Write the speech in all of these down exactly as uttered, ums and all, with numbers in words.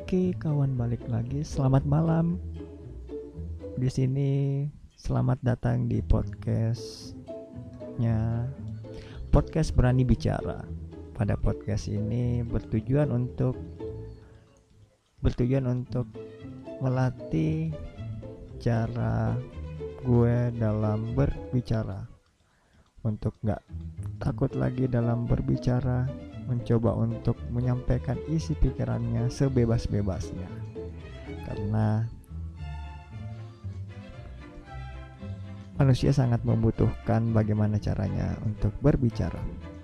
Oke, kawan, balik lagi. Selamat malam. Di sini selamat datang di podcastnya Podcast Berani Bicara. Pada podcast ini bertujuan untuk bertujuan untuk melatih cara gue dalam berbicara, untuk gak takut lagi dalam berbicara, mencoba untuk menyampaikan isi pikirannya sebebas-bebasnya. Karena manusia sangat membutuhkan bagaimana caranya untuk berbicara.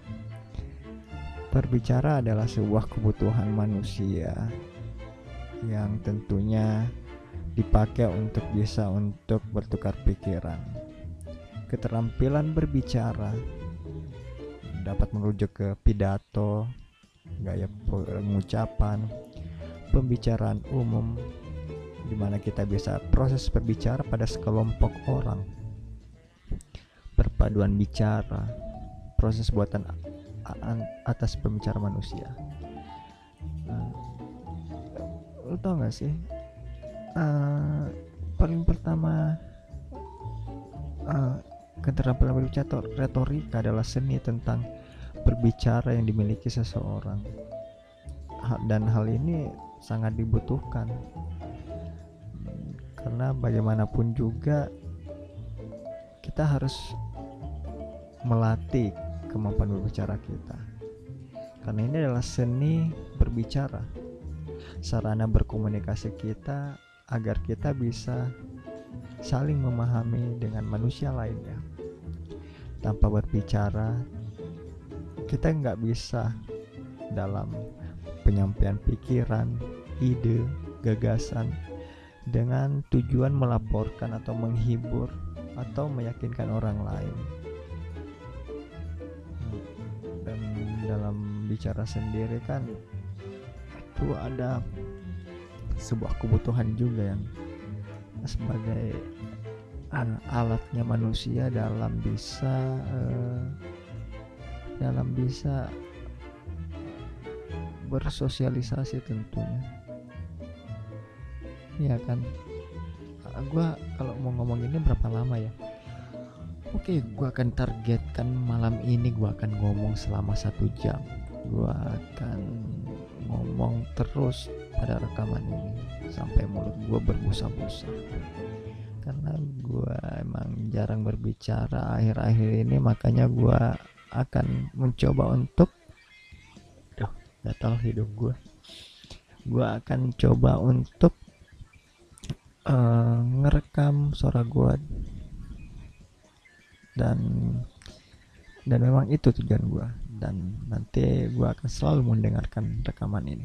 Berbicara adalah sebuah kebutuhan manusia yang tentunya dipakai untuk bisa untuk bertukar pikiran. Keterampilan berbicara dapat merujuk ke pidato, gaya pengucapan, pembicaraan umum, di mana kita bisa proses berbicara pada sekelompok orang, perpaduan bicara, proses buatan atas pembicara manusia. Uh, lo tau gak sih, uh, paling pertama uh, keterampilan berbicara retorika adalah seni tentang berbicara yang dimiliki seseorang, dan hal ini sangat dibutuhkan karena bagaimanapun juga kita harus melatih kemampuan berbicara kita, karena ini adalah seni berbicara, sarana berkomunikasi kita agar kita bisa saling memahami dengan manusia lainnya. Tanpa berbicara, kita nggak bisa dalam penyampaian pikiran, ide, gagasan dengan tujuan melaporkan atau menghibur atau meyakinkan orang lain. Dan dalam bicara sendiri kan itu ada sebuah kebutuhan juga yang sebagai uh, alatnya manusia dalam bisa uh, dalam bisa bersosialisasi tentunya, ya kan. Uh, gua kalau mau ngomong ini berapa lama ya? Oke, gua akan targetkan malam ini gua akan ngomong selama satu jam. Gua akan ngomong terus pada rekaman ini sampai mulut gue berbusa-busa, karena gue emang jarang berbicara akhir-akhir ini. Makanya gue akan mencoba untuk duh gatal hidup gue gue akan coba untuk uh, ngerekam suara gue, dan dan memang itu tujuan gue, dan nanti gue akan selalu mendengarkan rekaman ini.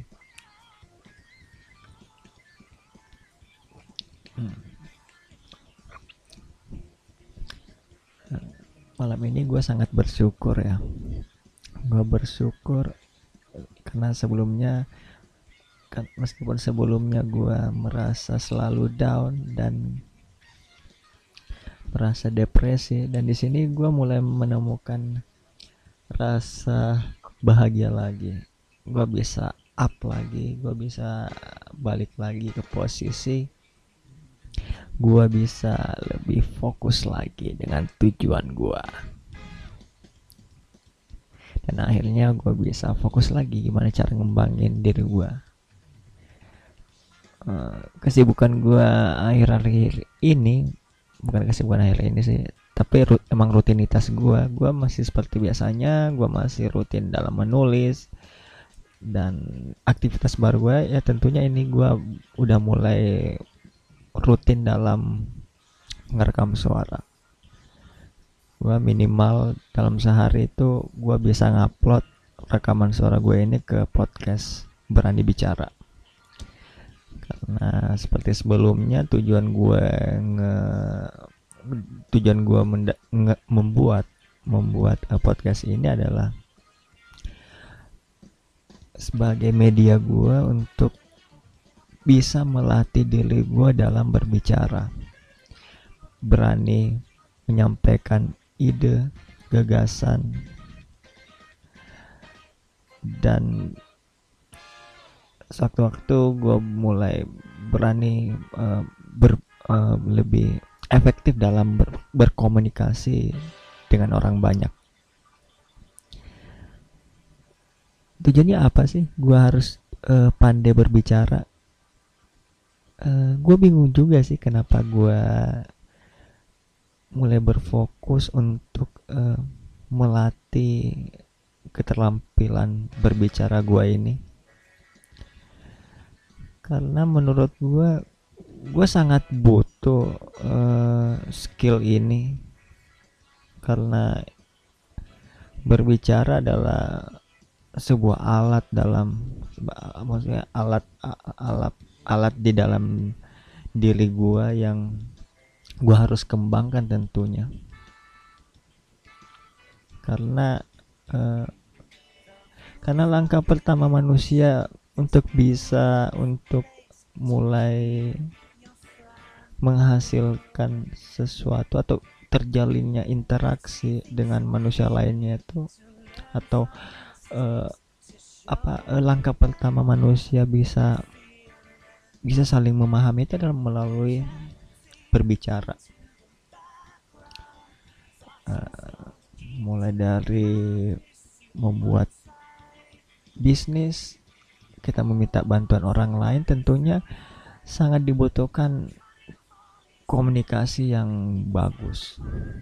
Hmm. Malam ini gue sangat bersyukur ya. Gue bersyukur karena sebelumnya kan, meskipun sebelumnya gue merasa selalu down dan merasa depresi, dan di sini gue mulai menemukan rasa bahagia lagi. Gue bisa up lagi, gue bisa balik lagi ke posisi gue bisa lebih fokus lagi dengan tujuan gue, dan akhirnya gue bisa fokus lagi gimana cara ngembangin diri gue. Uh, kesibukan gue akhir-akhir ini, bukan kesibukan akhir ini sih, tapi rut, emang rutinitas gue, gue masih seperti biasanya, gue masih rutin dalam menulis, dan aktivitas baru gue ya tentunya ini gue udah mulai rutin dalam ngerekam suara. Gue minimal dalam sehari itu gue bisa ngupload rekaman suara gue ini ke podcast Berani Bicara. Karena seperti sebelumnya tujuan gue nge tujuan gue menda- nge- membuat membuat uh, podcast ini adalah sebagai media gue untuk bisa melatih diri gue dalam berbicara, berani menyampaikan ide, gagasan, dan sewaktu-waktu gue mulai berani uh, ber, uh, lebih efektif dalam ber, berkomunikasi dengan orang banyak. Tujuannya apa sih gue harus uh, pandai berbicara? Uh, gue bingung juga sih kenapa gue mulai berfokus untuk uh, melatih keterampilan berbicara gue ini. Karena menurut gue gue sangat butuh uh, skill ini, karena berbicara adalah sebuah alat dalam maksudnya alat alat alat di dalam diri gue yang gue harus kembangkan tentunya. Karena uh, karena langkah pertama manusia untuk bisa untuk mulai menghasilkan sesuatu atau terjalinnya interaksi dengan manusia lainnya itu, atau uh, apa uh, langkah pertama manusia bisa bisa saling memahami itu adalah melalui berbicara. Uh, mulai dari membuat bisnis, kita meminta bantuan orang lain, tentunya sangat dibutuhkan komunikasi yang bagus.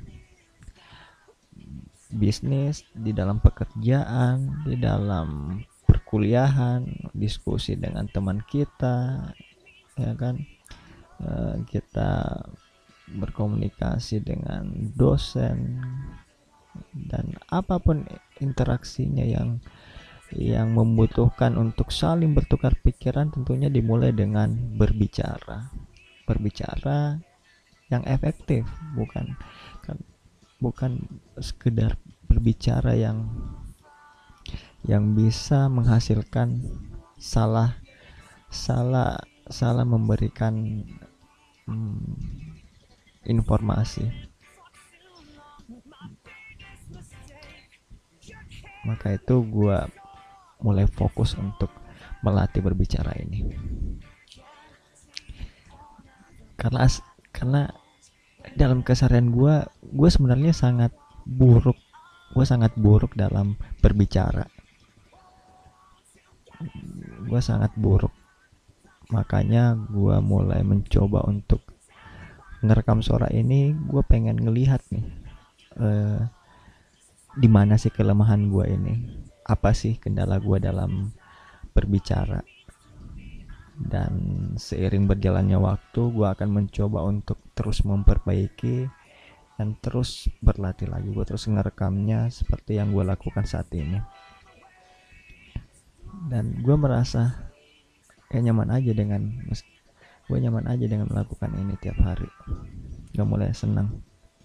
Bisnis, di dalam pekerjaan, di dalam perkuliahan, diskusi dengan teman kita, ya kan, e, kita berkomunikasi dengan dosen, dan apapun interaksinya yang yang membutuhkan untuk saling bertukar pikiran, tentunya dimulai dengan berbicara. Berbicara yang efektif, bukan kan, bukan sekedar berbicara yang yang bisa menghasilkan salah salah salah memberikan hmm, informasi. Maka itu gue mulai fokus untuk melatih berbicara ini. Karena karena dalam keseharian gue, gue sebenarnya sangat buruk, gue sangat buruk dalam berbicara. Gue sangat buruk. Makanya gue mulai mencoba untuk ngerekam suara ini. Gue pengen ngelihat nih, eh, di mana sih kelemahan gue ini, apa sih kendala gue dalam berbicara. Dan seiring berjalannya waktu, gue akan mencoba untuk terus memperbaiki dan terus berlatih lagi. Gue terus ngerekamnya seperti yang gue lakukan saat ini, dan gue merasa kayak nyaman aja dengan gue nyaman aja dengan melakukan ini tiap hari. Gue mulai senang.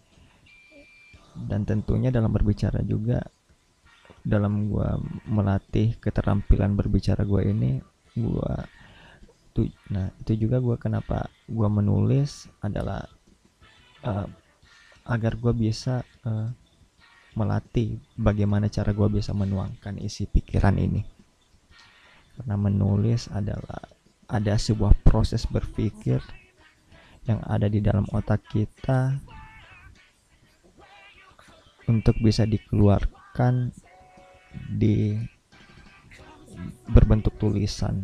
Dan tentunya dalam berbicara juga, dalam gue melatih keterampilan berbicara gue ini, gue tuh, nah itu juga gue kenapa gue menulis adalah uh, agar gue bisa uh, melatih bagaimana cara gue bisa menuangkan isi pikiran ini. Karena menulis adalah ada sebuah proses berpikir yang ada di dalam otak kita untuk bisa dikeluarkan di berbentuk tulisan,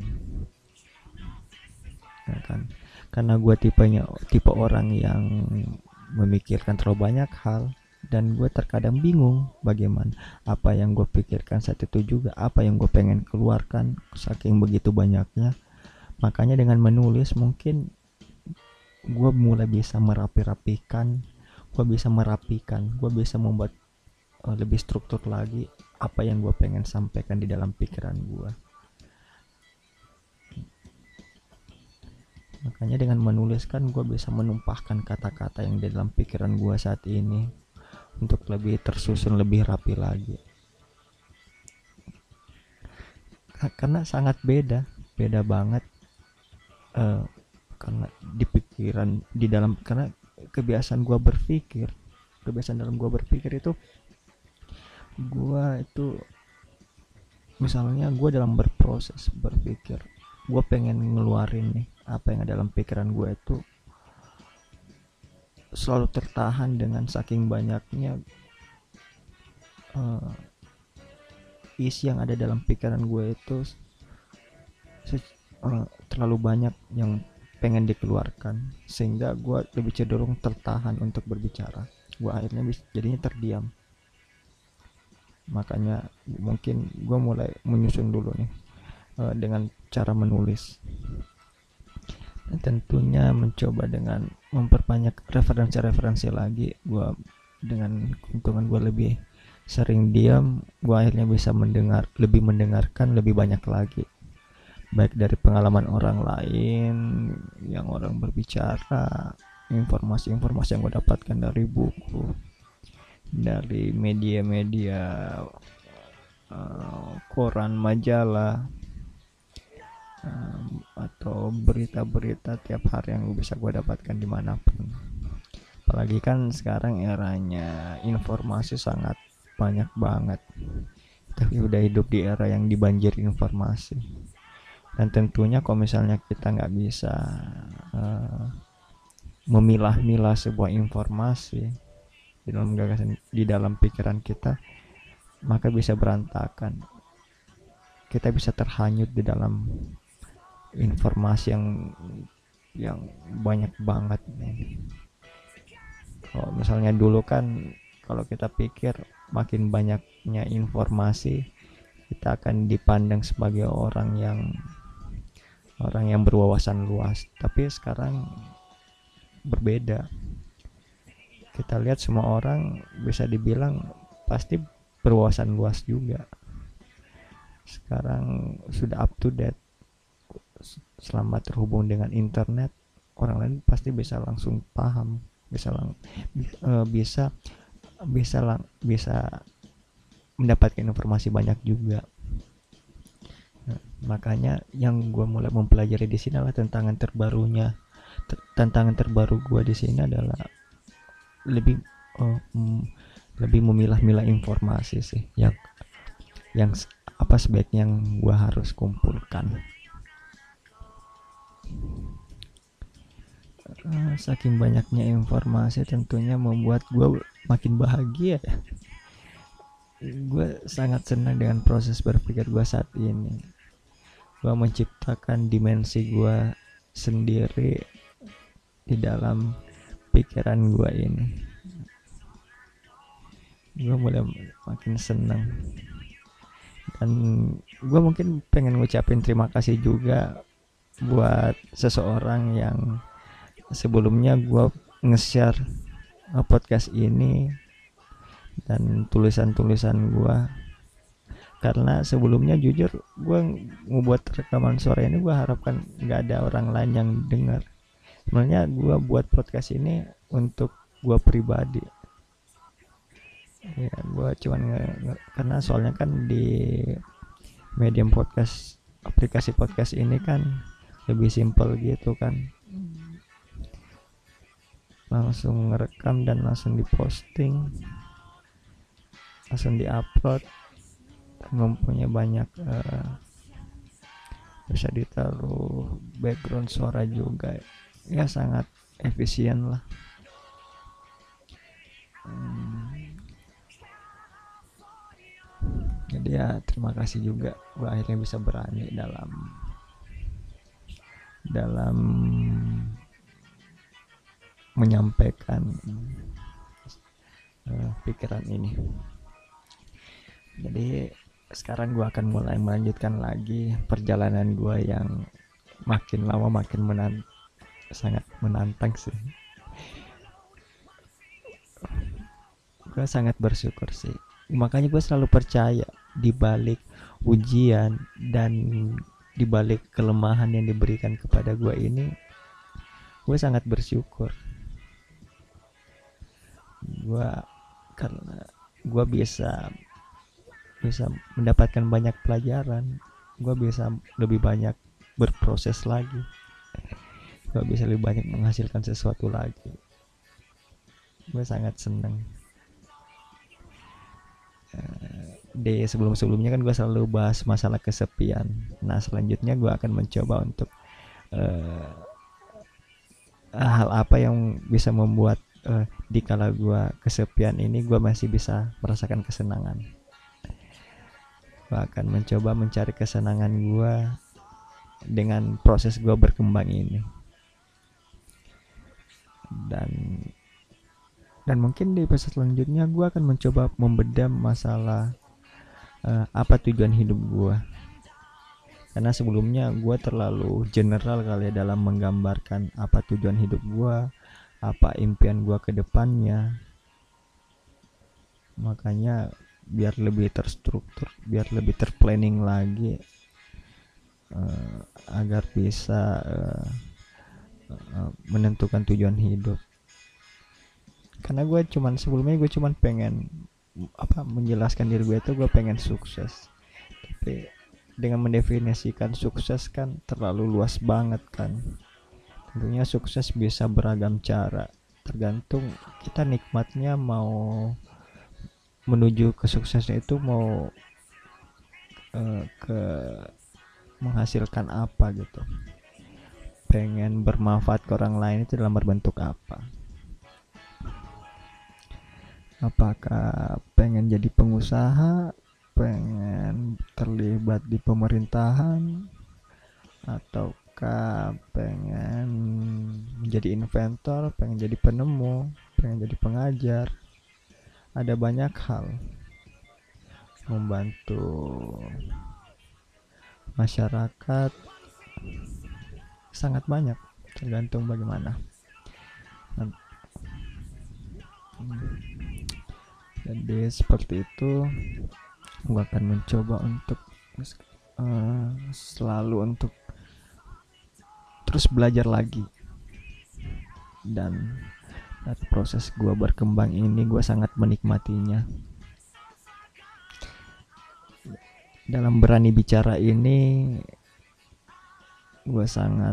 ya kan? Karena gue tipenya tipe orang yang memikirkan terlalu banyak hal, dan gue terkadang bingung bagaimana apa yang gue pikirkan saat itu juga apa yang gue pengen keluarkan saking begitu banyaknya. Makanya dengan menulis mungkin gue mulai bisa merapi-rapikan, gue bisa merapikan, gue bisa membuat uh, lebih struktur lagi apa yang gue pengen sampaikan di dalam pikiran gue. Makanya dengan menuliskan gue bisa menumpahkan kata-kata yang di dalam pikiran gue saat ini untuk lebih tersusun, lebih rapi lagi. Karena sangat beda, beda banget. Uh, karena di pikiran, di dalam, karena kebiasaan gue berpikir, kebiasaan dalam gue berpikir itu, gue itu misalnya gue dalam berproses berpikir, gue pengen ngeluarin nih apa yang ada dalam pikiran gue itu selalu tertahan dengan saking banyaknya uh, isi yang ada dalam pikiran gue itu uh, terlalu banyak yang pengen dikeluarkan, sehingga gue lebih cenderung tertahan untuk berbicara. Gue akhirnya jadinya terdiam. Makanya mungkin gue mulai menyusun dulu nih uh, dengan cara menulis. Dan tentunya mencoba dengan memperbanyak referensi-referensi lagi. Gue dengan keuntungan gue lebih sering diam, gue akhirnya bisa mendengar, lebih mendengarkan lebih banyak lagi, baik dari pengalaman orang lain yang orang berbicara, informasi-informasi yang gue dapatkan dari buku, dari media-media, uh, koran, majalah, um, atau berita-berita tiap hari yang bisa gue dapatkan dimanapun. Apalagi kan sekarang eranya informasi sangat banyak banget. Tapi udah hidup di era yang dibanjiri informasi. Dan tentunya kalau misalnya kita nggak bisa uh, memilah-milah sebuah informasi di dalam gagasan, di dalam pikiran kita, maka bisa berantakan. Kita bisa terhanyut di dalam informasi yang yang banyak banget. Kalau misalnya dulu kan, kalau kita pikir makin banyaknya informasi, kita akan dipandang sebagai orang yang orang yang berwawasan luas. Tapi sekarang berbeda. Kita lihat semua orang bisa dibilang pasti berwawasan luas juga. Sekarang sudah up to date. Selama terhubung dengan internet, orang lain pasti bisa langsung paham, bisa lang, bisa bisa lang, bisa mendapatkan informasi banyak juga. Nah, makanya yang gue mulai mempelajari di sini adalah tantangan terbarunya. T- tantangan terbaru gue di sini adalah lebih uh, mm, lebih memilah-milah informasi sih, yang yang apa sebaiknya yang gue harus kumpulkan. Uh, saking banyaknya informasi tentunya membuat gue makin bahagia. Gue sangat senang dengan proses berpikir gue saat ini. Gue menciptakan dimensi gue sendiri di dalam pikiran gue ini. Gue mulai makin senang. Dan gue mungkin pengen ngucapin terima kasih juga buat seseorang yang sebelumnya gue nge-share podcast ini dan tulisan-tulisan gue, karena sebelumnya jujur gue ngebuat rekaman suara ini gue harapkan nggak ada orang lain yang dengar. Sebenarnya gue buat podcast ini untuk gue pribadi ya, gue cuman nge, nge, karena soalnya kan di medium podcast, aplikasi podcast ini kan lebih simple gitu kan, langsung ngerekam dan langsung diposting, langsung diupload, mempunyai banyak uh, bisa ditaruh background suara juga ya, sangat efisien lah. hmm. Jadi ya terima kasih juga gue akhirnya bisa berani dalam dalam menyampaikan uh, pikiran ini. Jadi sekarang gue akan mulai melanjutkan lagi perjalanan gue yang makin lama makin menant sangat menantang sih. Gue sangat bersyukur sih, makanya gue selalu percaya di balik ujian dan di balik kelemahan yang diberikan kepada gue ini, gue sangat bersyukur. Gue karena gue bisa bisa mendapatkan banyak pelajaran, gue bisa lebih banyak berproses lagi, gue bisa lebih banyak menghasilkan sesuatu lagi. Gue sangat senang. Di sebelum-sebelumnya kan gue selalu bahas masalah kesepian. Nah selanjutnya gue akan mencoba untuk uh, hal apa yang bisa membuat uh, di kala gue kesepian ini gue masih bisa merasakan kesenangan. Gue akan mencoba mencari kesenangan gue dengan proses gue berkembang ini. Dan dan mungkin di episode selanjutnya gue akan mencoba membedah masalah uh, apa tujuan hidup gue. Karena sebelumnya gue terlalu general kali ya dalam menggambarkan apa tujuan hidup gue, apa impian gue ke depannya. Makanya biar lebih terstruktur, biar lebih terplanning lagi, uh, agar bisa uh, uh, menentukan tujuan hidup. Karena gue cuman sebelumnya gue cuman pengen apa menjelaskan diri gue itu gue pengen sukses, tapi dengan mendefinisikan sukses kan terlalu luas banget kan. Tentunya sukses bisa beragam cara, tergantung kita nikmatnya mau menuju ke suksesnya itu mau uh, ke menghasilkan apa gitu, pengen bermanfaat ke orang lain itu dalam berbentuk apa. Apakah pengen jadi pengusaha, pengen terlibat di pemerintahan, ataukah pengen menjadi inventor, pengen jadi penemu, pengen jadi pengajar. Ada banyak hal membantu masyarakat, sangat banyak, tergantung bagaimana. Jadi seperti itu, gue akan mencoba untuk uh, selalu untuk terus belajar lagi. Dan dari proses gue berkembang ini gue sangat menikmatinya. Dalam berani bicara ini gue sangat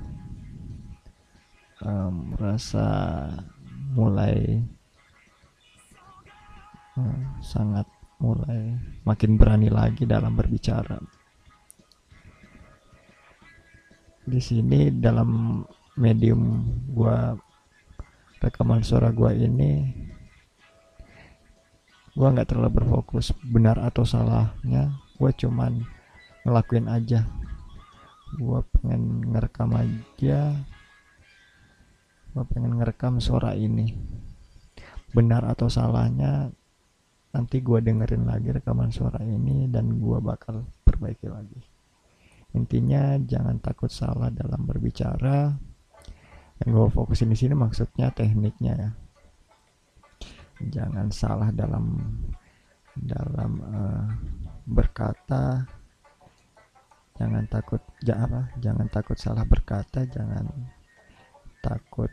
um, merasa mulai Hmm, sangat mulai makin berani lagi dalam berbicara. Di sini dalam medium gua rekaman suara gua ini, gua nggak terlalu berfokus benar atau salahnya. Gua cuman ngelakuin aja. Gua pengen ngerekam aja. Gua pengen ngerekam suara ini. Benar atau salahnya nanti gue dengerin lagi rekaman suara ini dan gue bakal perbaiki lagi. Intinya jangan takut salah dalam berbicara. Yang gue fokusin di sini maksudnya tekniknya ya. Jangan salah dalam dalam uh, berkata. Jangan takut jangan jangan takut salah berkata. Jangan takut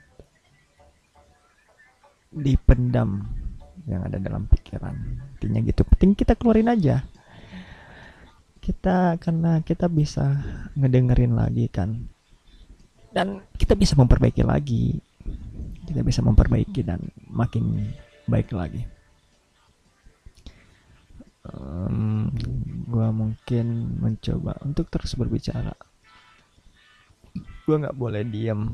dipendam yang ada dalam pikiran. Intinya gitu, penting kita keluarin aja. Kita karena kita bisa ngedengerin lagi kan, dan kita bisa memperbaiki lagi. Kita bisa memperbaiki dan makin baik lagi. Um, gua mungkin mencoba untuk terus berbicara. Gua nggak boleh diam.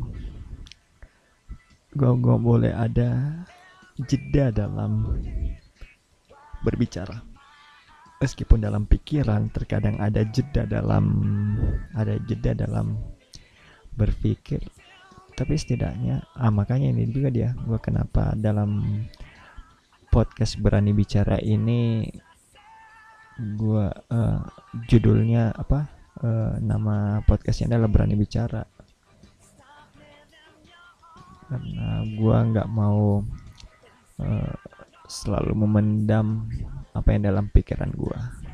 Gua nggak boleh ada jeda dalam berbicara. Meskipun dalam pikiran terkadang ada jeda dalam ada jeda dalam berpikir, tapi setidaknya ah makanya ini juga dia gue kenapa dalam podcast berani bicara ini gue uh, judulnya apa uh, nama podcastnya adalah berani bicara, karena gue nggak mau Uh, selalu memendam apa yang dalam pikiran gue.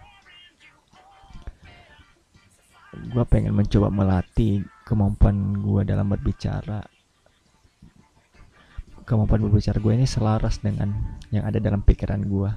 Gue pengen mencoba melatih kemampuan gue dalam berbicara. Kemampuan berbicara gue ini selaras dengan yang ada dalam pikiran gue.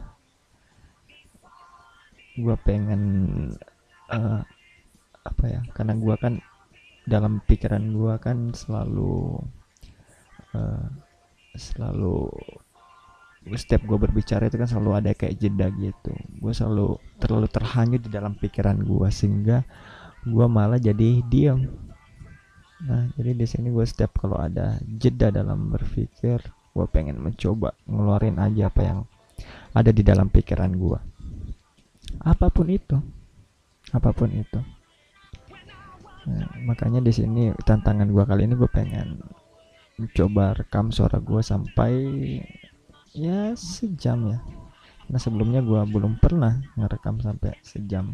Gue pengen uh, apa ya? Karena gue kan dalam pikiran gue kan selalu uh, selalu setiap gue berbicara itu kan selalu ada kayak jeda gitu. Gue selalu terlalu terhanyut di dalam pikiran gue sehingga gue malah jadi diam. Nah, jadi di sini gue setiap kalau ada jeda dalam berpikir, gue pengen mencoba ngeluarin aja apa yang ada di dalam pikiran gue. Apapun itu, apapun itu. Nah, makanya di sini tantangan gue kali ini gue pengen mencoba rekam suara gue sampai ya sejam ya. Nah sebelumnya gue belum pernah ngerekam sampai sejam.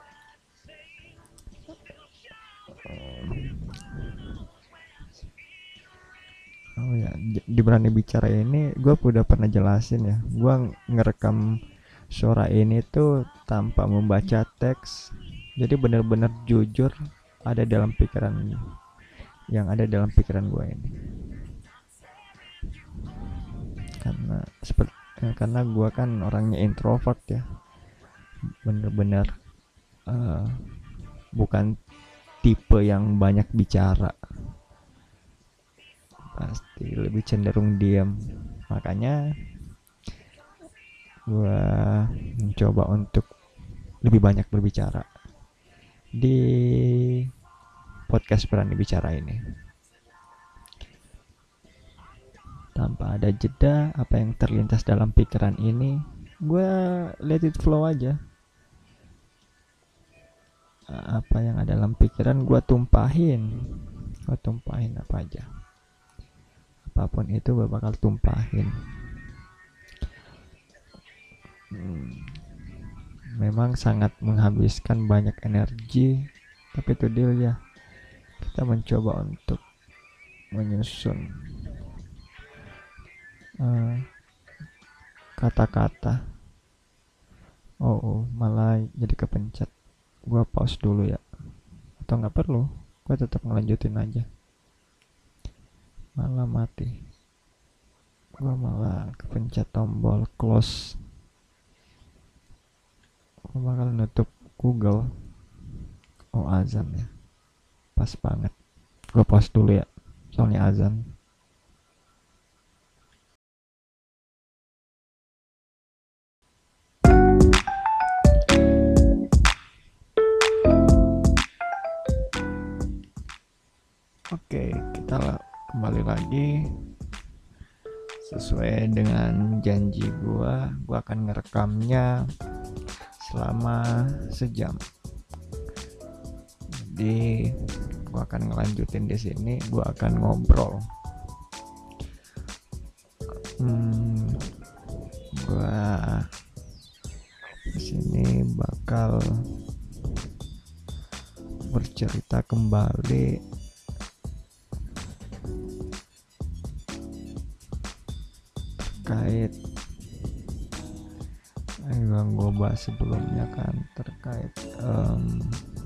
Oh ya, di Berani Bicara ini gue udah pernah jelasin ya. Gue ngerekam suara ini tuh tanpa membaca teks. Jadi benar-benar jujur ada dalam pikiran, yang ada dalam pikiran gue ini. Karena seperti eh, karena gue kan orangnya introvert ya. Bener-bener uh, bukan tipe yang banyak bicara, pasti lebih cenderung diam. Makanya gue mencoba untuk lebih banyak berbicara di podcast Berani Bicara ini tanpa ada jeda. Apa yang terlintas dalam pikiran ini gue let it flow aja. Apa yang ada dalam pikiran gue tumpahin, gue tumpahin apa aja, apapun itu gue bakal tumpahin. hmm, memang sangat menghabiskan banyak energi, tapi itu deal ya. Kita mencoba untuk menyusun uh, kata-kata. oh, oh malah jadi kepencet. Gua pause dulu ya, atau nggak perlu, gua tetap ngelanjutin aja. Malah mati, gua malah kepencet tombol close. Gua bakal nutup Google. Oh azan ya, pas banget. Gua pause dulu ya, soalnya azan. Oke, kita kembali lagi. Sesuai dengan janji gua, gua akan ngerekamnya selama sejam. Jadi gua akan ngelanjutin di sini, gua akan ngobrol. Hmm, gua di sini bakal bercerita kembali terkait yang gue bahas sebelumnya kan, terkait um,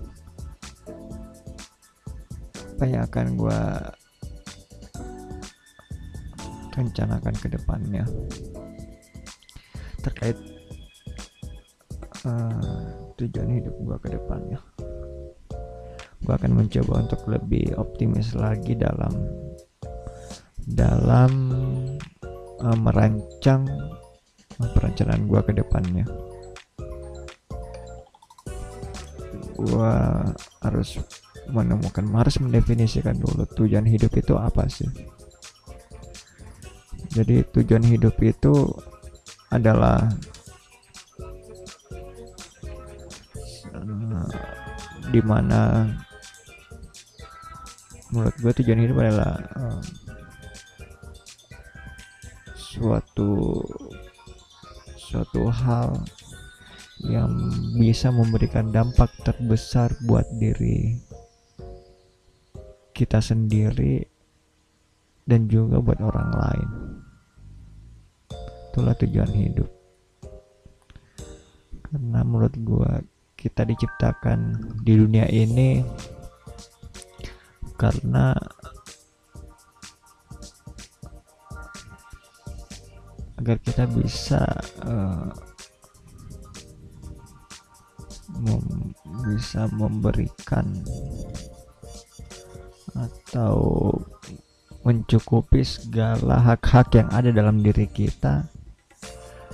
apa yang akan gue rencanakan ke depannya terkait uh, tujuan hidup gue ke depannya. Gue akan mencoba untuk lebih optimis lagi dalam dalam uh, merancang uh, perencanaan gue ke depannya. Gue harus menemukan, harus mendefinisikan dulu tujuan hidup itu apa sih. Jadi tujuan hidup itu adalah uh, dimana menurut gue tujuan hidup adalah uh, suatu suatu hal yang bisa memberikan dampak terbesar buat diri kita sendiri dan juga buat orang lain. Itulah tujuan hidup. Karena menurut gua kita diciptakan di dunia ini karena agar kita bisa uh, mem- bisa memberikan atau mencukupi segala hak-hak yang ada dalam diri kita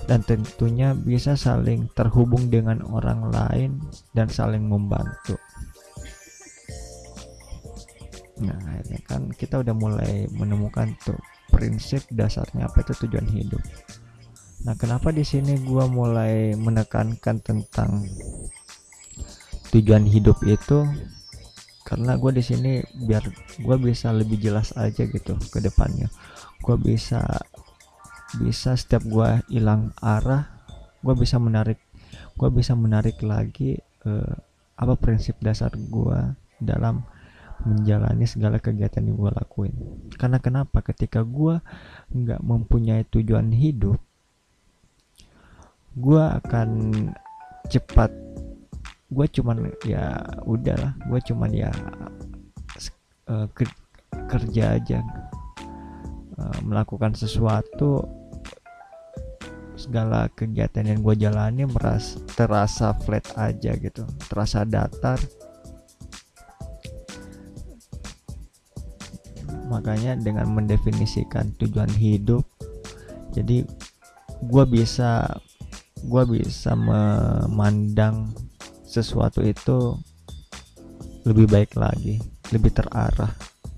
dan tentunya bisa saling terhubung dengan orang lain dan saling membantu. Nah, akhirnya kan kita udah mulai menemukan tuh prinsip dasarnya apa itu tujuan hidup. Nah, kenapa di sini gua mulai menekankan tentang tujuan hidup itu? Karena gue di sini biar gue bisa lebih jelas aja gitu ke depannya. Gue bisa bisa setiap gue hilang arah, gue bisa menarik, gue bisa menarik lagi eh, apa prinsip dasar gue dalam menjalani segala kegiatan yang gue lakuin. Karena kenapa? Ketika gue nggak mempunyai tujuan hidup, gue akan cepat, gue cuman ya udahlah, gue cuman ya uh, kerja aja, uh, melakukan sesuatu, segala kegiatan yang gue jalani merasa terasa flat aja gitu, terasa datar. Makanya dengan mendefinisikan tujuan hidup, jadi gue bisa gue bisa memandang sesuatu itu lebih baik lagi, lebih terarah.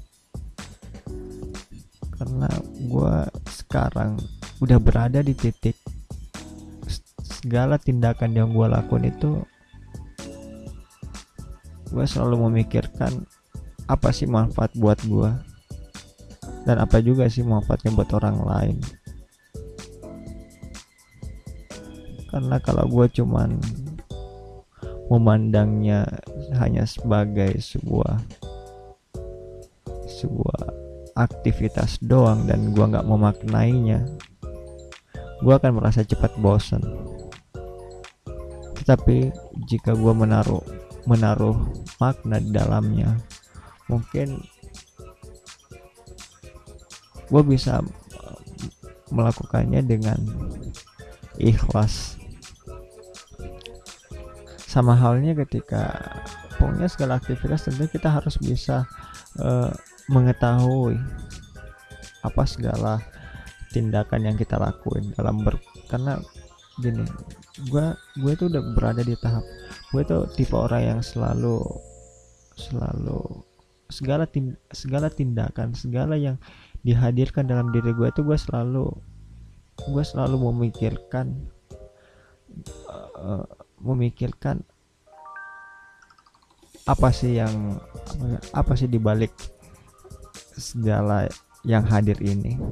Karena gue sekarang udah berada di titik segala tindakan yang gue lakukan itu, gue selalu memikirkan apa sih manfaat buat gue dan apa juga sih manfaatnya buat orang lain. Karena kalau gue cuman memandangnya hanya sebagai sebuah sebuah aktivitas doang dan gua nggak memaknainya, gua akan merasa cepat bosan. Tetapi jika gua menaruh menaruh makna di dalamnya, mungkin gua bisa melakukannya dengan ikhlas. Sama halnya ketika pokoknya segala aktivitas tentu kita harus bisa uh, mengetahui apa segala tindakan yang kita lakuin dalam ber karena gini, gue gue tuh udah berada di tahap, gue tuh tipe orang yang selalu selalu segala tin, segala tindakan, segala yang dihadirkan dalam diri gue tuh gue selalu gue selalu memikirkan uh, memikirkan apa sih yang apa sih dibalik segala yang hadir ini.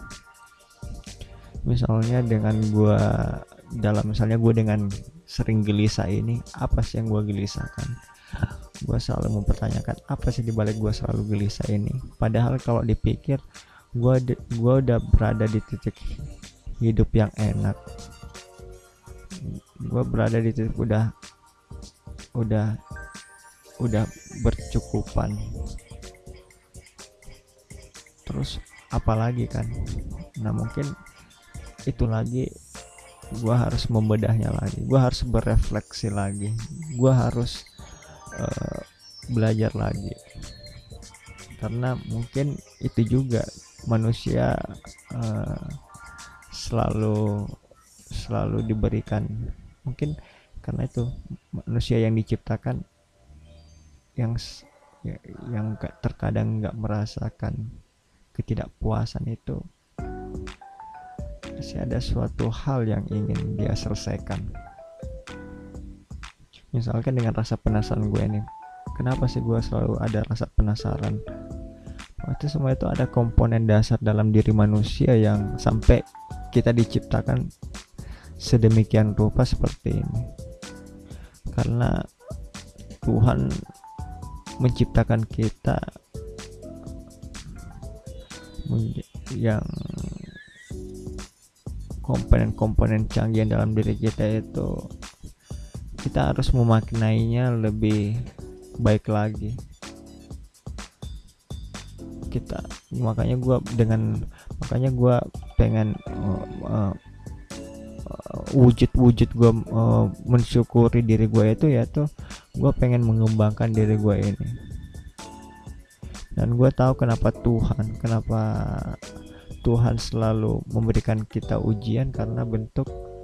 Misalnya dengan gue dalam misalnya gue dengan sering gelisah ini, apa sih yang gue gelisahkan? Gue selalu mempertanyakan apa sih dibalik gue selalu gelisah ini. Padahal kalau dipikir gue gue udah berada di titik hidup yang enak. Gue berada di titik udah udah udah bercukupan. Terus apalagi kan? Nah mungkin itu lagi gue harus membedahnya lagi, gue harus berefleksi lagi, gue harus uh, belajar lagi. Karena mungkin itu juga manusia uh, selalu selalu diberikan, mungkin karena itu manusia yang diciptakan yang yang terkadang nggak merasakan ketidakpuasan itu, masih ada suatu hal yang ingin dia selesaikan. Misalkan dengan rasa penasaran gue nih, kenapa sih gue selalu ada rasa penasaran? Waktu semua itu ada komponen dasar dalam diri manusia yang sampai kita diciptakan sedemikian rupa seperti ini. Karena Tuhan menciptakan kita yang komponen-komponen canggih dalam diri kita itu, kita harus memaknainya lebih baik lagi. Kita makanya gue dengan makanya gue pengen uh, uh, wujud-wujud gue uh, mensyukuri diri gue itu, yaitu gue pengen mengembangkan diri gue ini. Dan gue tahu kenapa Tuhan kenapa Tuhan selalu memberikan kita ujian, karena bentuk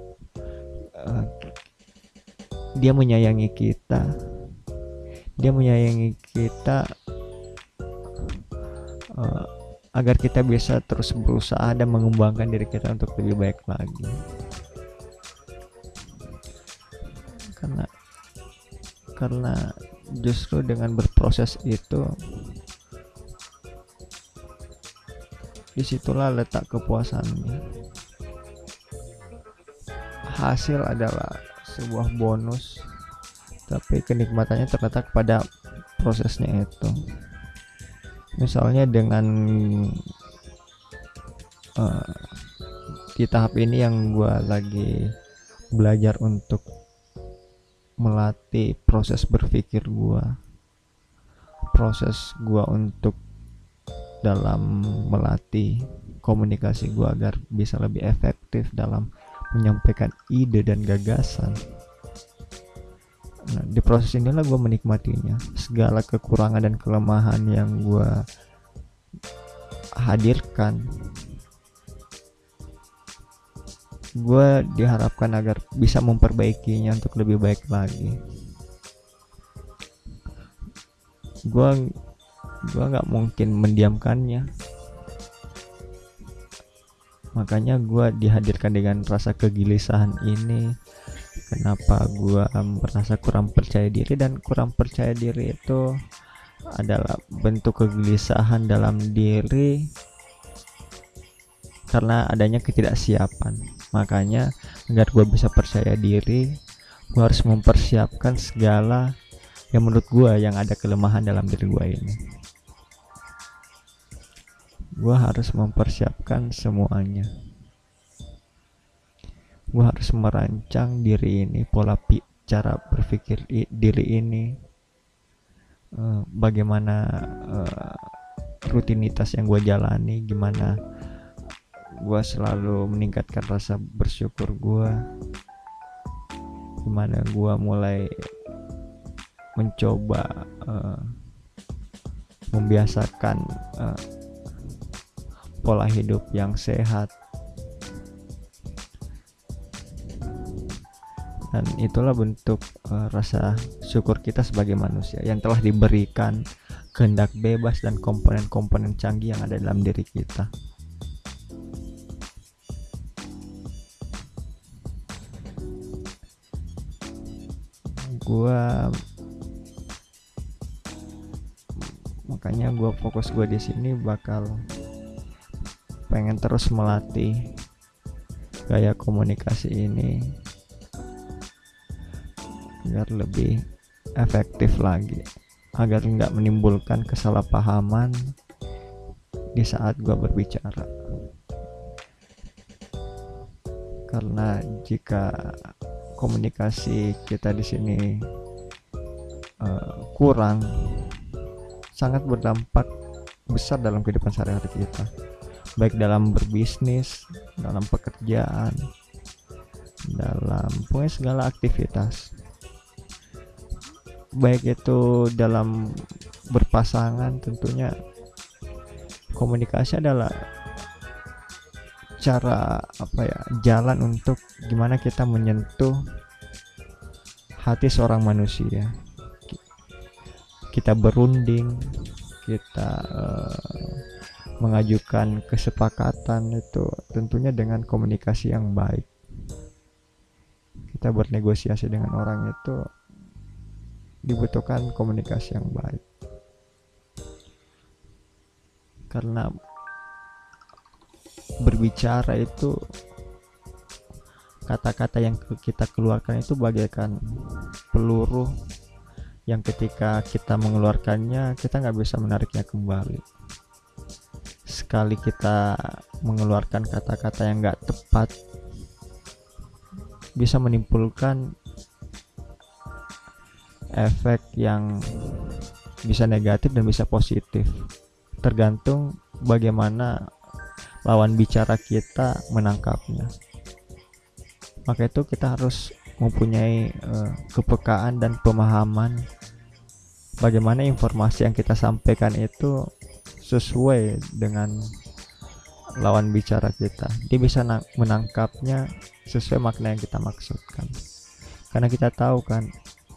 uh, dia menyayangi kita, dia menyayangi kita uh, agar kita bisa terus berusaha dan mengembangkan diri kita untuk lebih baik lagi. Karena karena justru dengan berproses itu, disitulah letak kepuasannya. Hasil adalah sebuah bonus, tapi kenikmatannya terletak pada prosesnya itu. Misalnya dengan uh, di tahap ini yang gue lagi belajar untuk melatih proses berpikir gue, proses gue untuk dalam melatih komunikasi gue agar bisa lebih efektif dalam menyampaikan ide dan gagasan. Nah, di proses inilah gue menikmatinya, segala kekurangan dan kelemahan yang gue hadirkan. Gue diharapkan agar bisa memperbaikinya untuk lebih baik lagi. Gue gue nggak mungkin mendiamkannya. Makanya gue dihadirkan dengan rasa kegelisahan ini. Kenapa gue merasa kurang percaya diri, dan kurang percaya diri itu adalah bentuk kegelisahan dalam diri karena adanya ketidaksiapan. Makanya agar gue bisa percaya diri, gue harus mempersiapkan segala yang menurut gue yang ada kelemahan dalam diri gue ini. Gue harus mempersiapkan semuanya. Gue harus merancang diri ini, pola pi- cara berpikir i- diri ini, uh, bagaimana uh, rutinitas yang gue jalani, gimana gue selalu meningkatkan rasa bersyukur gue, gimana gue mulai mencoba uh, membiasakan uh, pola hidup yang sehat. Dan itulah bentuk uh, rasa syukur kita sebagai manusia yang telah diberikan kehendak bebas dan komponen-komponen canggih yang ada dalam diri kita. Gua makanya gua fokus gua di sini bakal pengen terus melatih gaya komunikasi ini agar lebih efektif lagi, agar nggak menimbulkan kesalahpahaman di saat gua berbicara. Karena jika komunikasi kita di sini uh, kurang, sangat berdampak besar dalam kehidupan sehari-hari kita, baik dalam berbisnis, dalam pekerjaan, dalam pokoknya segala aktivitas. Baik itu dalam berpasangan, tentunya komunikasi adalah cara apa ya, jalan untuk gimana kita menyentuh hati seorang manusia. Kita berunding, kita uh, mengajukan kesepakatan itu tentunya dengan komunikasi yang baik. Kita bernegosiasi dengan orang itu dibutuhkan komunikasi yang baik. Karena berbicara itu, kata-kata yang kita keluarkan itu bagaikan peluru yang ketika kita mengeluarkannya, kita nggak bisa menariknya kembali. Sekali kita mengeluarkan kata-kata yang nggak tepat, bisa menimbulkan efek yang bisa negatif dan bisa positif, tergantung bagaimana lawan bicara kita menangkapnya. Maka itu kita harus mempunyai uh, kepekaan dan pemahaman bagaimana informasi yang kita sampaikan itu sesuai dengan lawan bicara kita, dia bisa menangkapnya sesuai makna yang kita maksudkan. Karena kita tahu kan,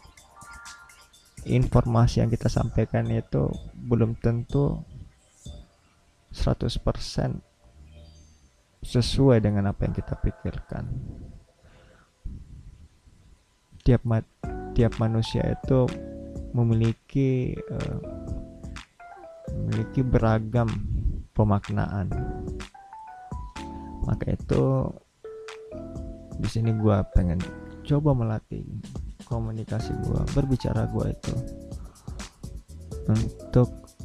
informasi yang kita sampaikan itu belum tentu seratus persen sesuai dengan apa yang kita pikirkan. Tiap ma- tiap manusia itu memiliki uh, memiliki beragam pemaknaan. Maka itu di sini gue pengen coba melatih komunikasi gue, berbicara gue itu untuk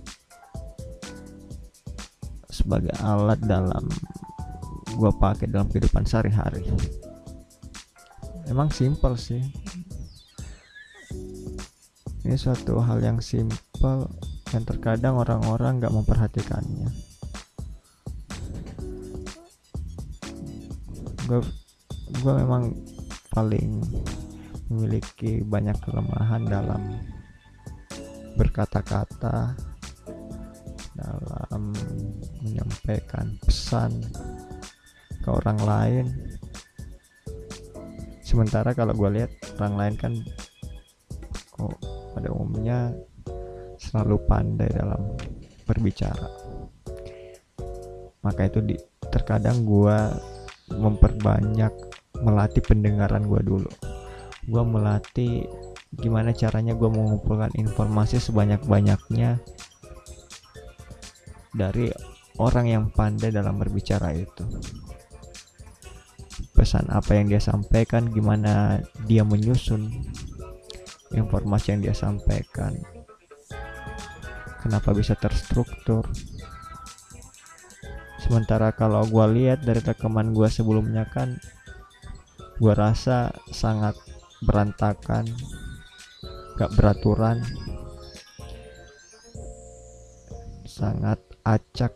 sebagai alat dalam gue pakai dalam kehidupan sehari-hari. Emang simpel sih, ini suatu hal yang simpel yang terkadang orang-orang gak memperhatikannya. Gue gue memang paling memiliki banyak kelemahan dalam berkata-kata, dalam menyampaikan pesan ke orang lain. Sementara kalau gue lihat orang lain kan oh, pada umumnya selalu pandai dalam berbicara. Maka itu di, terkadang gue memperbanyak melatih pendengaran gue dulu. Gue melatih gimana caranya gue mengumpulkan informasi sebanyak-banyaknya dari orang yang pandai dalam berbicara itu. Pesan apa yang dia sampaikan, gimana dia menyusun informasi yang dia sampaikan, kenapa bisa terstruktur. Sementara kalau gue lihat dari rekaman gue sebelumnya kan, gue rasa sangat berantakan, gak beraturan, sangat acak.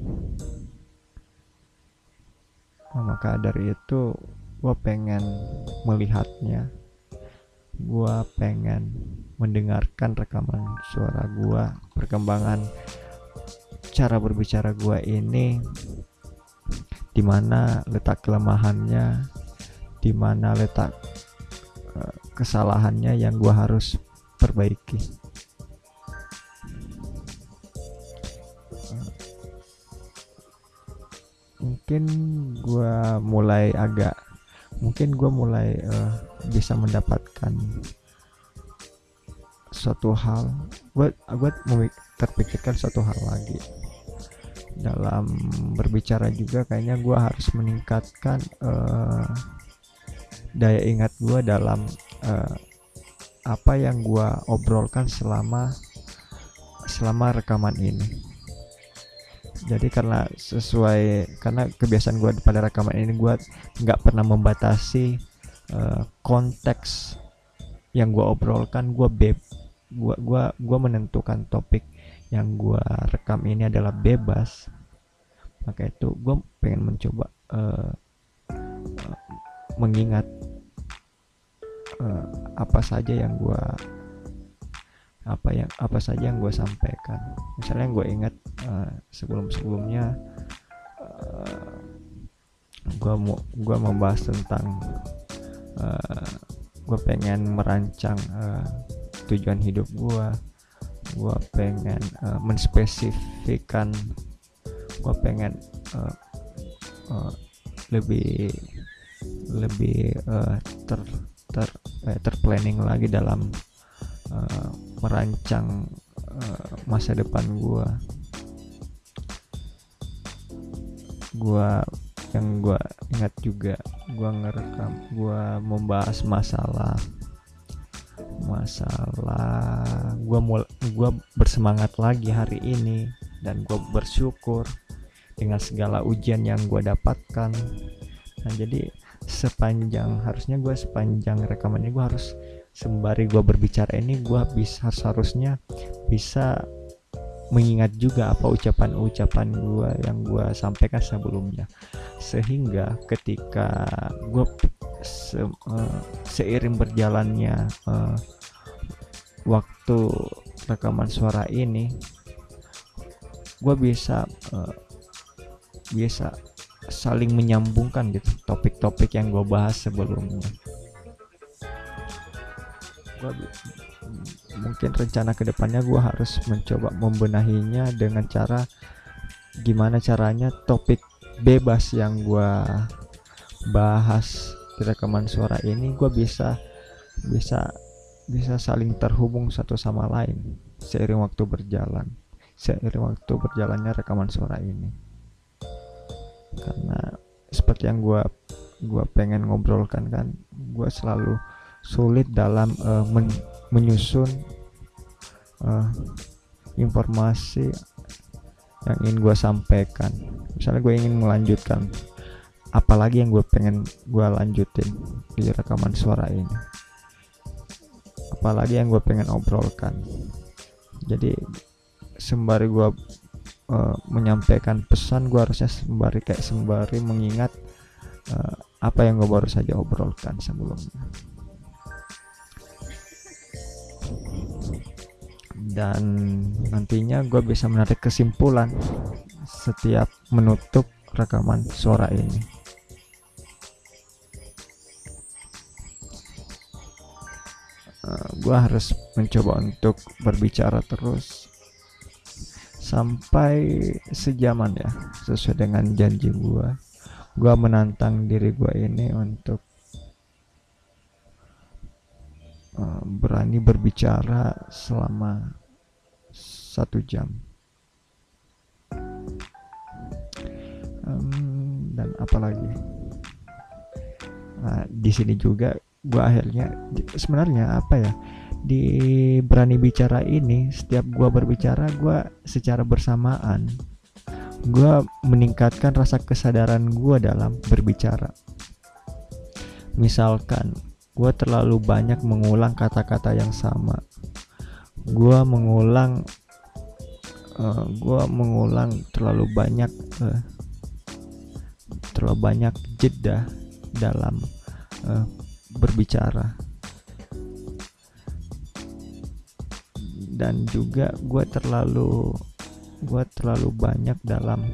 Nah, maka dari itu gue pengen melihatnya, gue pengen mendengarkan rekaman suara gue, perkembangan cara berbicara gue ini, dimana letak kelemahannya, dimana letak uh, kesalahannya yang gue harus perbaiki. Mungkin gue mulai agak mungkin gue mulai uh, bisa mendapatkan suatu hal. Gue gue terpikirkan suatu hal lagi dalam berbicara juga. Kayaknya gue harus meningkatkan uh, daya ingat gue dalam uh, apa yang gue obrolkan selama selama rekaman ini. Jadi karena sesuai karena kebiasaan gue pada rekaman ini, gue nggak pernah membatasi uh, konteks yang gue obrolkan. Gue beb gue gue gue menentukan topik yang gue rekam ini adalah bebas. Maka itu gue pengen mencoba uh, uh, mengingat uh, apa saja yang gue apa yang apa saja yang gue sampaikan. Misalnya yang gue ingat uh, sebelum-sebelumnya uh, gue mau gue membahas tentang uh, gue pengen merancang uh, tujuan hidup gue. Gue pengen uh, menspesifikkan, gue pengen uh, uh, lebih lebih uh, ter ter eh, terplanning lagi dalam uh, merancang uh, masa depan gue. Gua yang gue ingat juga, gue ngerekam, gue membahas masalah masalah gue mul gue bersemangat lagi hari ini, dan gue bersyukur dengan segala ujian yang gue dapatkan. Nah, jadi sepanjang harusnya gue sepanjang rekaman ini gue harus sembari gue berbicara ini, gue bisa harusnya bisa mengingat juga apa ucapan-ucapan gue yang gue sampaikan sebelumnya, sehingga ketika gue se, uh, seiring berjalannya uh, waktu rekaman suara ini, gue bisa uh, bisa saling menyambungkan gitu topik-topik yang gue bahas sebelumnya. Gua, mungkin rencana kedepannya gue harus mencoba membenahinya dengan cara gimana caranya topik bebas yang gue bahas di rekaman suara ini gue bisa bisa bisa saling terhubung satu sama lain seiring waktu berjalan seiring waktu berjalannya rekaman suara ini. Karena seperti yang gue gue pengen ngobrolkan kan, gue selalu sulit dalam uh, men- menyusun uh, informasi yang ingin gue sampaikan. Misalnya gue ingin melanjutkan, apalagi yang gue pengen gue lanjutin di rekaman suara ini, apalagi yang gue pengen obrolkan. Jadi sembari gue uh, menyampaikan pesan, gue harusnya sembari kayak sembari mengingat uh, apa yang gue baru saja obrolkan sebelumnya. Dan nantinya gue bisa menarik kesimpulan setiap menutup rekaman suara ini. Uh, gue harus mencoba untuk berbicara terus sampai sejaman ya, sesuai dengan janji gue. Gue menantang diri gue ini untuk uh, berani berbicara selama satu jam. Um, dan apalagi, nah, di sini juga gue akhirnya sebenarnya apa ya? Di berani bicara ini, setiap gue berbicara, gue secara bersamaan gue meningkatkan rasa kesadaran gue dalam berbicara. Misalkan gue terlalu banyak mengulang kata-kata yang sama, gue mengulang uh, gue mengulang terlalu banyak uh, terlalu banyak jeda dalam uh, berbicara. Dan juga gue terlalu gue terlalu banyak dalam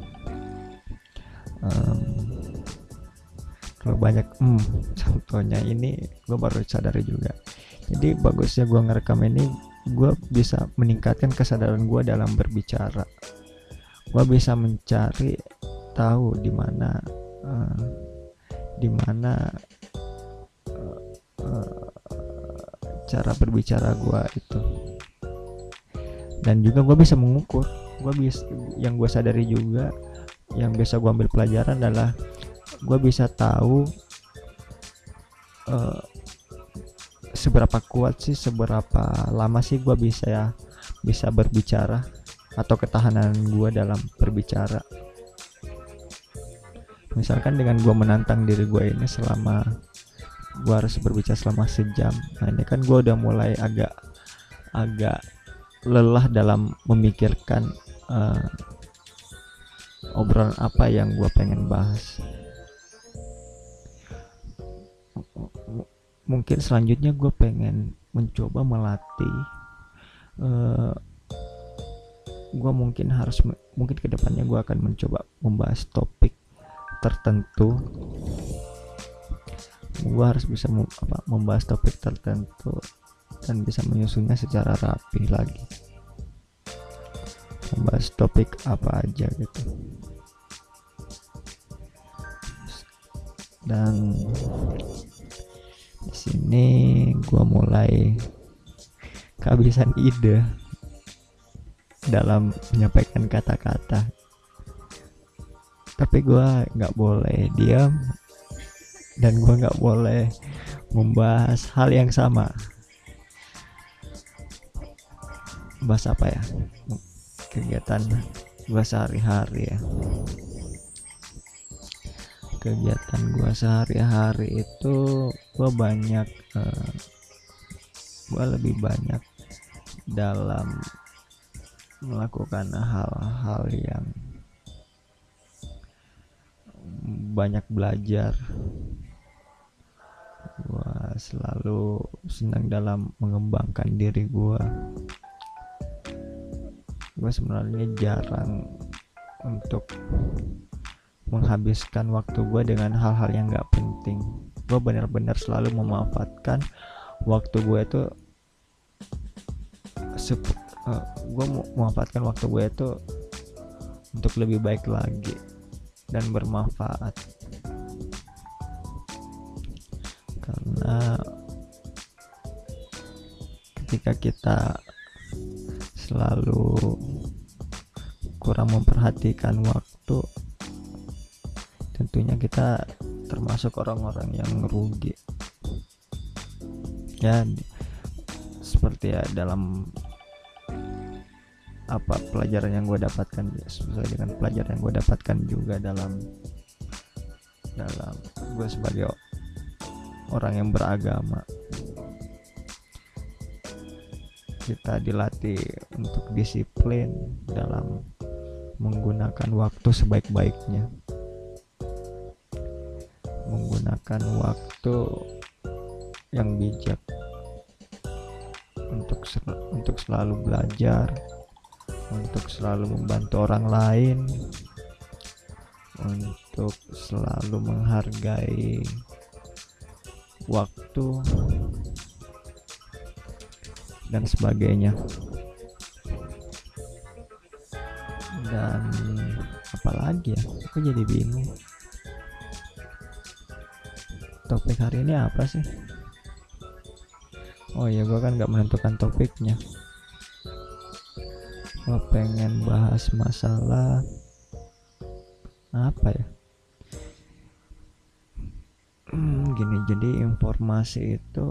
um, terlalu banyak hmm, contohnya ini gue baru sadari juga. Jadi bagusnya gue ngerekam ini, gue bisa meningkatkan kesadaran gue dalam berbicara. Gue bisa mencari tahu di mana uh, di mana uh, uh, cara berbicara gue itu. Dan juga gue bisa mengukur, gue bisa, yang gue sadari juga, yang bisa gue ambil pelajaran adalah gue bisa tahu uh, seberapa kuat sih, seberapa lama sih gue bisa ya bisa berbicara, atau ketahanan gue dalam berbicara. Misalkan dengan gue menantang diri gue ini selama gue harus berbicara selama sejam, nah ini kan gue udah mulai agak agak lelah dalam memikirkan uh, obrolan apa yang gue pengen bahas. Mungkin selanjutnya gue pengen mencoba melatih uh, gue mungkin harus mungkin kedepannya gue akan mencoba membahas topik tertentu. Gue harus bisa mem, apa, membahas topik tertentu dan bisa menyusunnya secara rapi lagi, membahas topik apa aja gitu. Dan di sini gue mulai kehabisan ide dalam menyampaikan kata-kata, tapi gue nggak boleh diam dan gue nggak boleh membahas hal yang sama. Bahas apa ya, kegiatan gue sehari-hari ya. Kegiatan gue sehari-hari itu gue banyak uh, gue lebih banyak dalam melakukan hal-hal yang banyak belajar. Gue selalu senang dalam mengembangkan diri gue. Gue sebenarnya jarang untuk menghabiskan waktu gue dengan hal-hal yang gak penting. Gue benar-benar selalu memanfaatkan waktu gue itu sep- uh, gue memanfaatkan waktu gue itu untuk lebih baik lagi dan bermanfaat. Karena ketika kita selalu kurang memperhatikan waktu, tentunya kita termasuk orang-orang yang rugi ya. Seperti ya dalam apa pelajaran yang gue dapatkan ya, sesuai dengan pelajaran yang gue dapatkan juga dalam dalam gue sebagai orang yang beragama. Kita dilatih untuk disiplin dalam menggunakan waktu sebaik-baiknya, menggunakan waktu yang bijak untuk sel- untuk selalu belajar, untuk selalu membantu orang lain, untuk selalu menghargai waktu dan sebagainya. Dan apalagi ya, aku jadi bingung topik hari ini apa sih. Oh ya, gue kan gak menentukan topiknya. Gue pengen bahas masalah apa ya, hmm, gini. Jadi informasi itu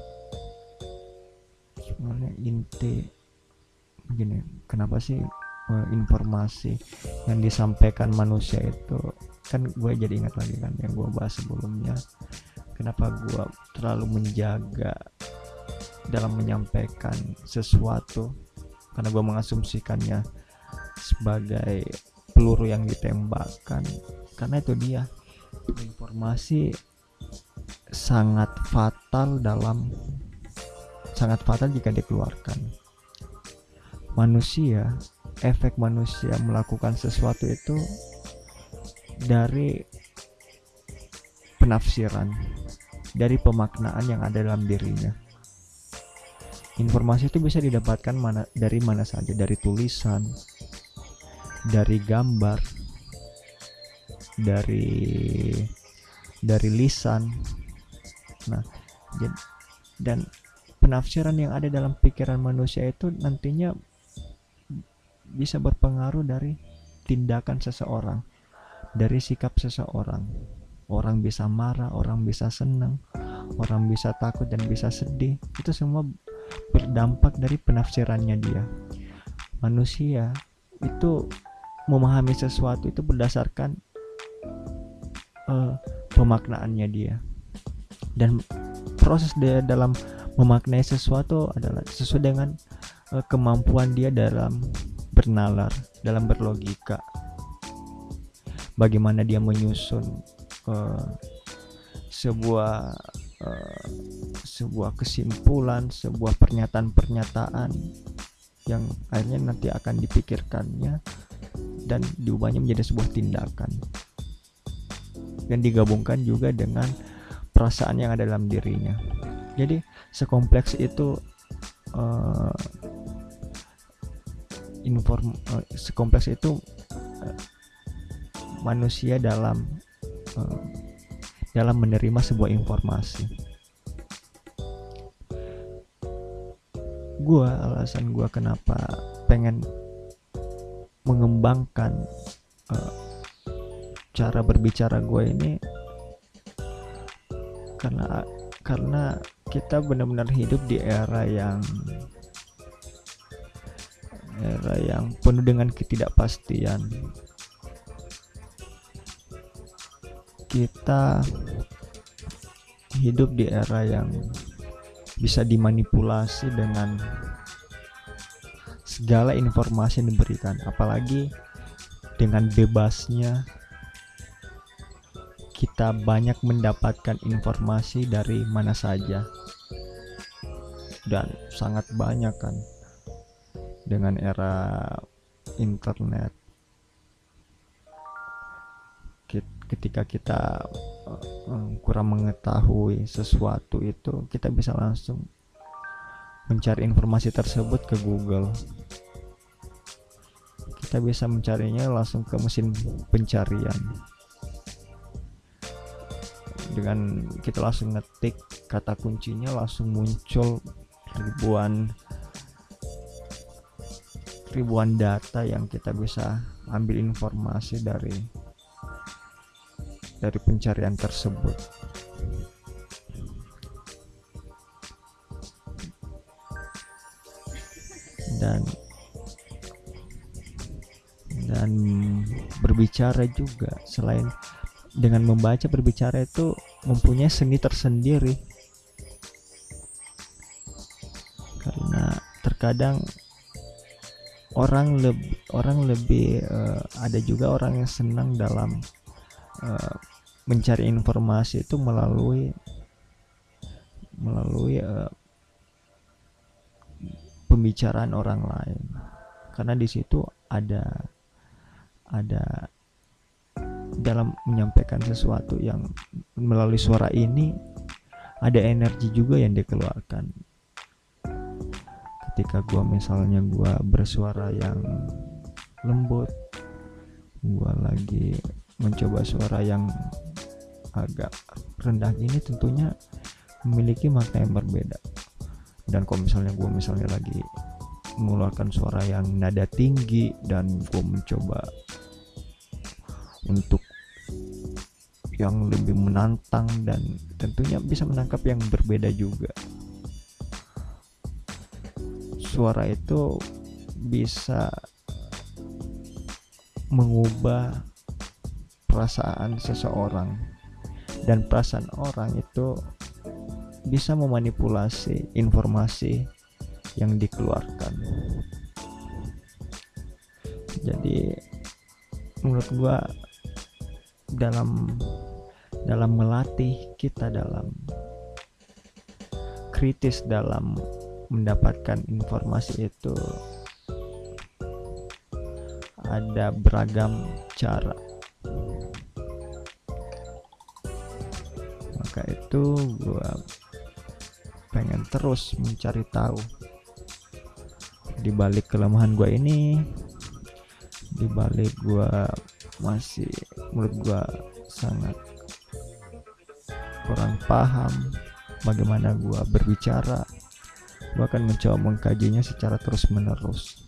sebenarnya inti begini, kenapa sih uh, informasi yang disampaikan manusia itu, kan gue jadi ingat lagi kan yang gue bahas sebelumnya, kenapa gue terlalu menjaga dalam menyampaikan sesuatu, karena gue mengasumsikannya sebagai peluru yang ditembakkan. Karena itu dia, informasi sangat fatal dalam sangat fatal jika dikeluarkan. Manusia, efek manusia melakukan sesuatu itu dari penafsiran, dari pemaknaan yang ada dalam dirinya. Informasi itu bisa didapatkan mana, dari mana saja, dari tulisan, dari gambar, dari dari lisan. Nah, dan penafsiran yang ada dalam pikiran manusia itu nantinya bisa berpengaruh dari tindakan seseorang, dari sikap seseorang. Orang bisa marah, orang bisa senang, orang bisa takut dan bisa sedih. Itu semua berdampak dari penafsirannya dia. Manusia itu memahami sesuatu itu berdasarkan uh, pemaknaannya dia, dan proses dia dalam memaknai sesuatu adalah sesuai dengan uh, kemampuan dia dalam bernalar, dalam berlogika. Bagaimana dia menyusun uh, sebuah uh, sebuah kesimpulan, sebuah pernyataan-pernyataan yang akhirnya nanti akan dipikirkannya dan diubahnya menjadi sebuah tindakan, dan digabungkan juga dengan perasaan yang ada dalam dirinya. Jadi sekompleks itu uh, inform uh, sekompleks itu uh, manusia dalam uh, dalam menerima sebuah informasi. Gua alasan gua kenapa pengen mengembangkan uh, cara berbicara gue ini, karena karena kita benar-benar hidup di era yang era yang penuh dengan ketidakpastian. Kita hidup di era yang bisa dimanipulasi dengan segala informasi yang diberikan, apalagi dengan bebasnya kita banyak mendapatkan informasi dari mana saja, dan sangat banyak kan dengan era internet. ketika kita uh, kurang mengetahui sesuatu itu, kita bisa langsung mencari informasi tersebut ke Google. Kita bisa mencarinya langsung ke mesin pencarian. Dengan kita langsung ngetik kata kuncinya, langsung muncul ribuan ribuan data yang kita bisa ambil informasi dari dari pencarian tersebut. Dan dan berbicara juga, selain dengan membaca, berbicara itu mempunyai seni tersendiri, karena terkadang orang lebih orang lebih uh, ada juga orang yang senang dalam uh, mencari informasi itu melalui melalui uh, pembicaraan orang lain, karena di situ ada ada dalam menyampaikan sesuatu yang melalui suara ini ada energi juga yang dikeluarkan. Ketika gua misalnya gua bersuara yang lembut, gua lagi mencoba suara yang agak rendah gini, tentunya memiliki makna yang berbeda. Dan kalau misalnya gue misalnya lagi mengeluarkan suara yang nada tinggi dan gue mencoba untuk yang lebih menantang, dan tentunya bisa menangkap yang berbeda juga. Suara itu bisa mengubah perasaan seseorang, dan perasaan orang itu bisa memanipulasi informasi yang dikeluarkan. Jadi menurut gua dalam dalam melatih kita dalam kritis dalam mendapatkan informasi itu ada beragam cara. Maka itu gua pengen terus mencari tahu di balik kelemahan gue ini, di balik gue masih menurut gue sangat kurang paham bagaimana gue berbicara. Gue akan mencoba mengkajinya secara terus menerus,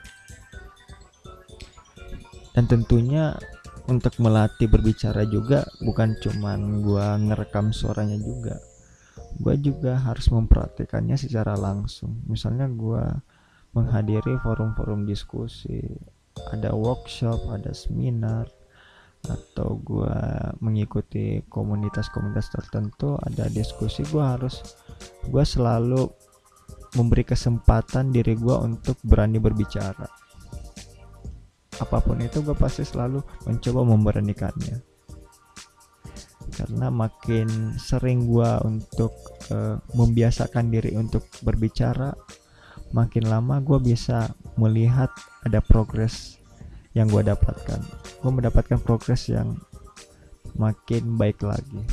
dan tentunya untuk melatih berbicara juga bukan cuman gue ngerekam suaranya juga. Gue juga harus memperhatikannya secara langsung. Misalnya gue menghadiri forum-forum diskusi, ada workshop, ada seminar, atau gue mengikuti komunitas-komunitas tertentu, ada diskusi, gue harus gue selalu memberi kesempatan diri gue untuk berani berbicara. Apapun itu gue pasti selalu mencoba memberanikannya, karena makin sering gua untuk uh, membiasakan diri untuk berbicara, makin lama gua bisa melihat ada progres yang gua dapatkan. Gua mendapatkan progres yang makin baik lagi.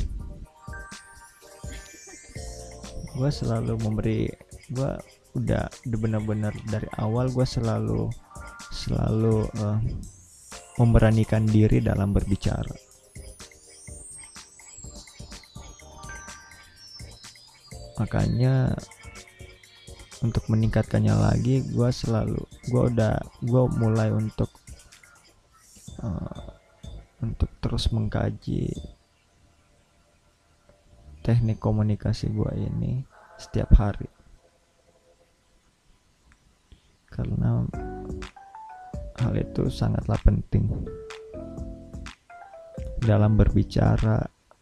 Gua selalu memberi, gua udah udah benar-benar dari awal gua selalu selalu uh, memberanikan diri dalam berbicara. Makanya untuk meningkatkannya lagi, gue selalu gue udah gue mulai untuk uh, untuk terus mengkaji teknik komunikasi gue ini setiap hari, karena hal itu sangatlah penting dalam berbicara,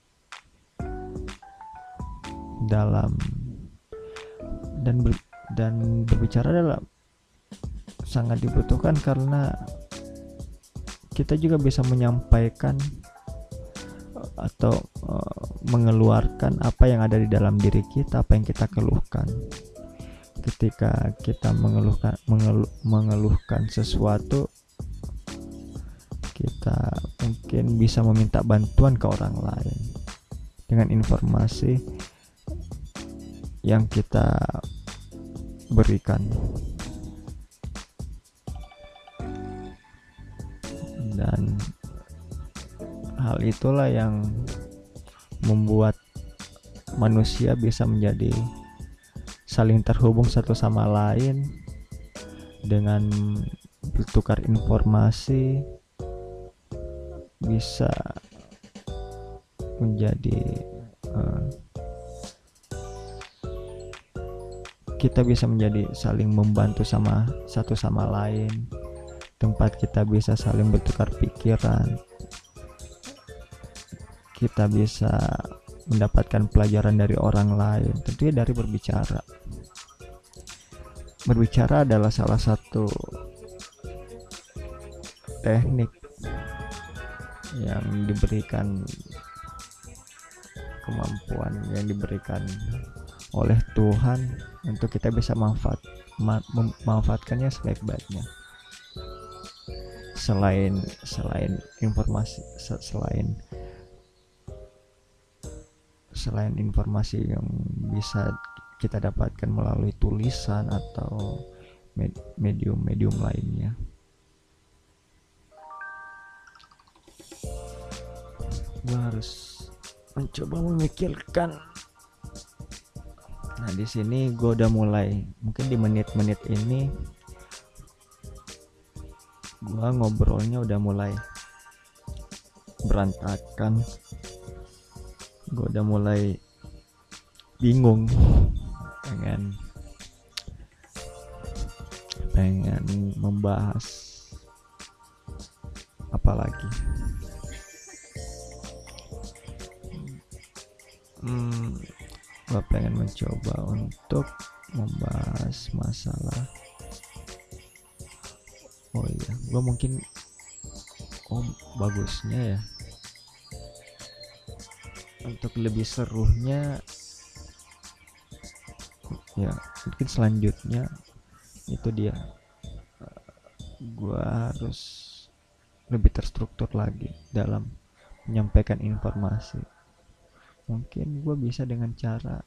dalam dan ber, dan berbicara adalah sangat dibutuhkan, karena kita juga bisa menyampaikan atau uh, mengeluarkan apa yang ada di dalam diri kita, apa yang kita keluhkan. Ketika kita mengeluhkan mengeluh, mengeluhkan sesuatu, kita mungkin bisa meminta bantuan ke orang lain dengan informasi yang kita berikan. Dan hal itulah yang membuat manusia bisa menjadi saling terhubung satu sama lain dengan bertukar informasi, bisa menjadi uh, kita bisa menjadi saling membantu sama satu sama lain, tempat kita bisa saling bertukar pikiran, kita bisa mendapatkan pelajaran dari orang lain, tentunya dari berbicara. Berbicara adalah salah satu teknik yang diberikan, kemampuan yang diberikan oleh Tuhan untuk kita bisa manfaat memanfaatkannya sebaik-baiknya. Selain selain informasi selain selain informasi yang bisa kita dapatkan melalui tulisan atau medium-medium lainnya. Gue harus mencoba memikirkan. Nah, di sini gue udah mulai, mungkin di menit-menit ini gue ngobrolnya udah mulai berantakan. Gue udah mulai bingung, pengen pengen membahas apa lagi. Hmm, gue pengen mencoba untuk membahas masalah. Oh iya, gue mungkin, oh bagusnya ya, untuk lebih serunya ya mungkin selanjutnya itu dia, gue harus lebih terstruktur lagi dalam menyampaikan informasi. Mungkin gue bisa dengan cara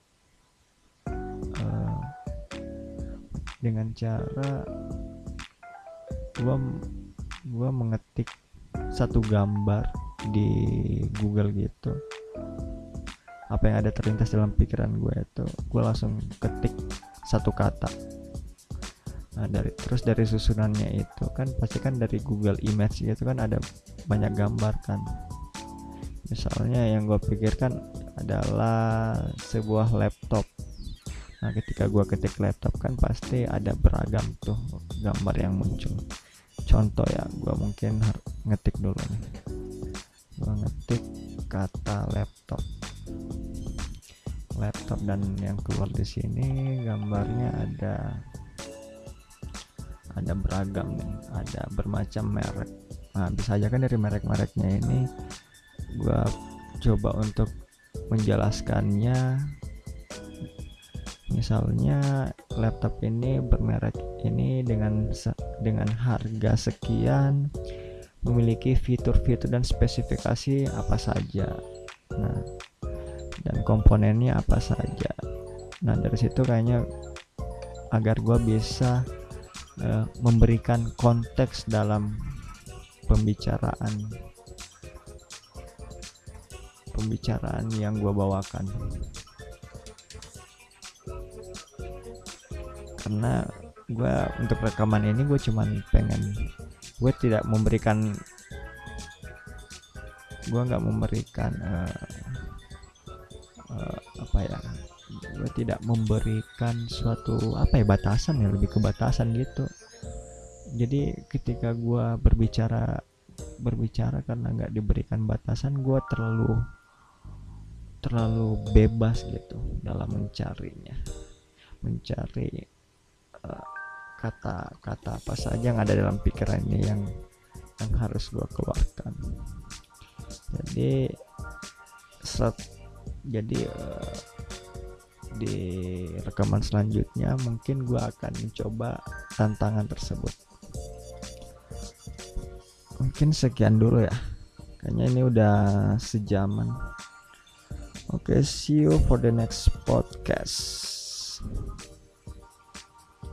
uh, dengan cara gue gue mengetik satu gambar di Google gitu, apa yang ada terlintas dalam pikiran gue itu gue langsung ketik satu kata. Nah, dari terus dari susunannya itu kan pasti kan dari Google Image gitu kan ada banyak gambar kan. Misalnya yang gue pikirkan adalah sebuah laptop. Nah, ketika gue ketik laptop kan pasti ada beragam tuh gambar yang muncul. Contoh ya, gue mungkin harus ngetik dulu nih. Gue ngetik kata laptop. Laptop dan yang keluar di sini gambarnya ada ada beragam nih, ada bermacam merek. Nah, bisa aja kan dari merek-mereknya ini gue coba untuk menjelaskannya. Misalnya laptop ini bermerek ini dengan dengan harga sekian, memiliki fitur-fitur dan spesifikasi apa saja. Nah, dan komponennya apa saja. Nah, dari situ kayaknya agar gue bisa uh, memberikan konteks dalam pembicaraan pembicaraan yang gue bawakan. Karena gue untuk rekaman ini gue cuman pengen, gue tidak memberikan gue nggak memberikan uh, uh, apa ya gue tidak memberikan suatu apa ya batasan ya, lebih ke batasan gitu. Jadi ketika gue berbicara berbicara karena nggak diberikan batasan, gue terlalu terlalu bebas gitu dalam mencarinya mencari kata-kata uh, apa saja yang ada dalam pikiran ini yang yang harus gue keluarkan. Jadi set, jadi uh, di rekaman selanjutnya mungkin gue akan mencoba tantangan tersebut. Mungkin sekian dulu ya Kayaknya ini udah sejaman. Oke, see you for the next podcast.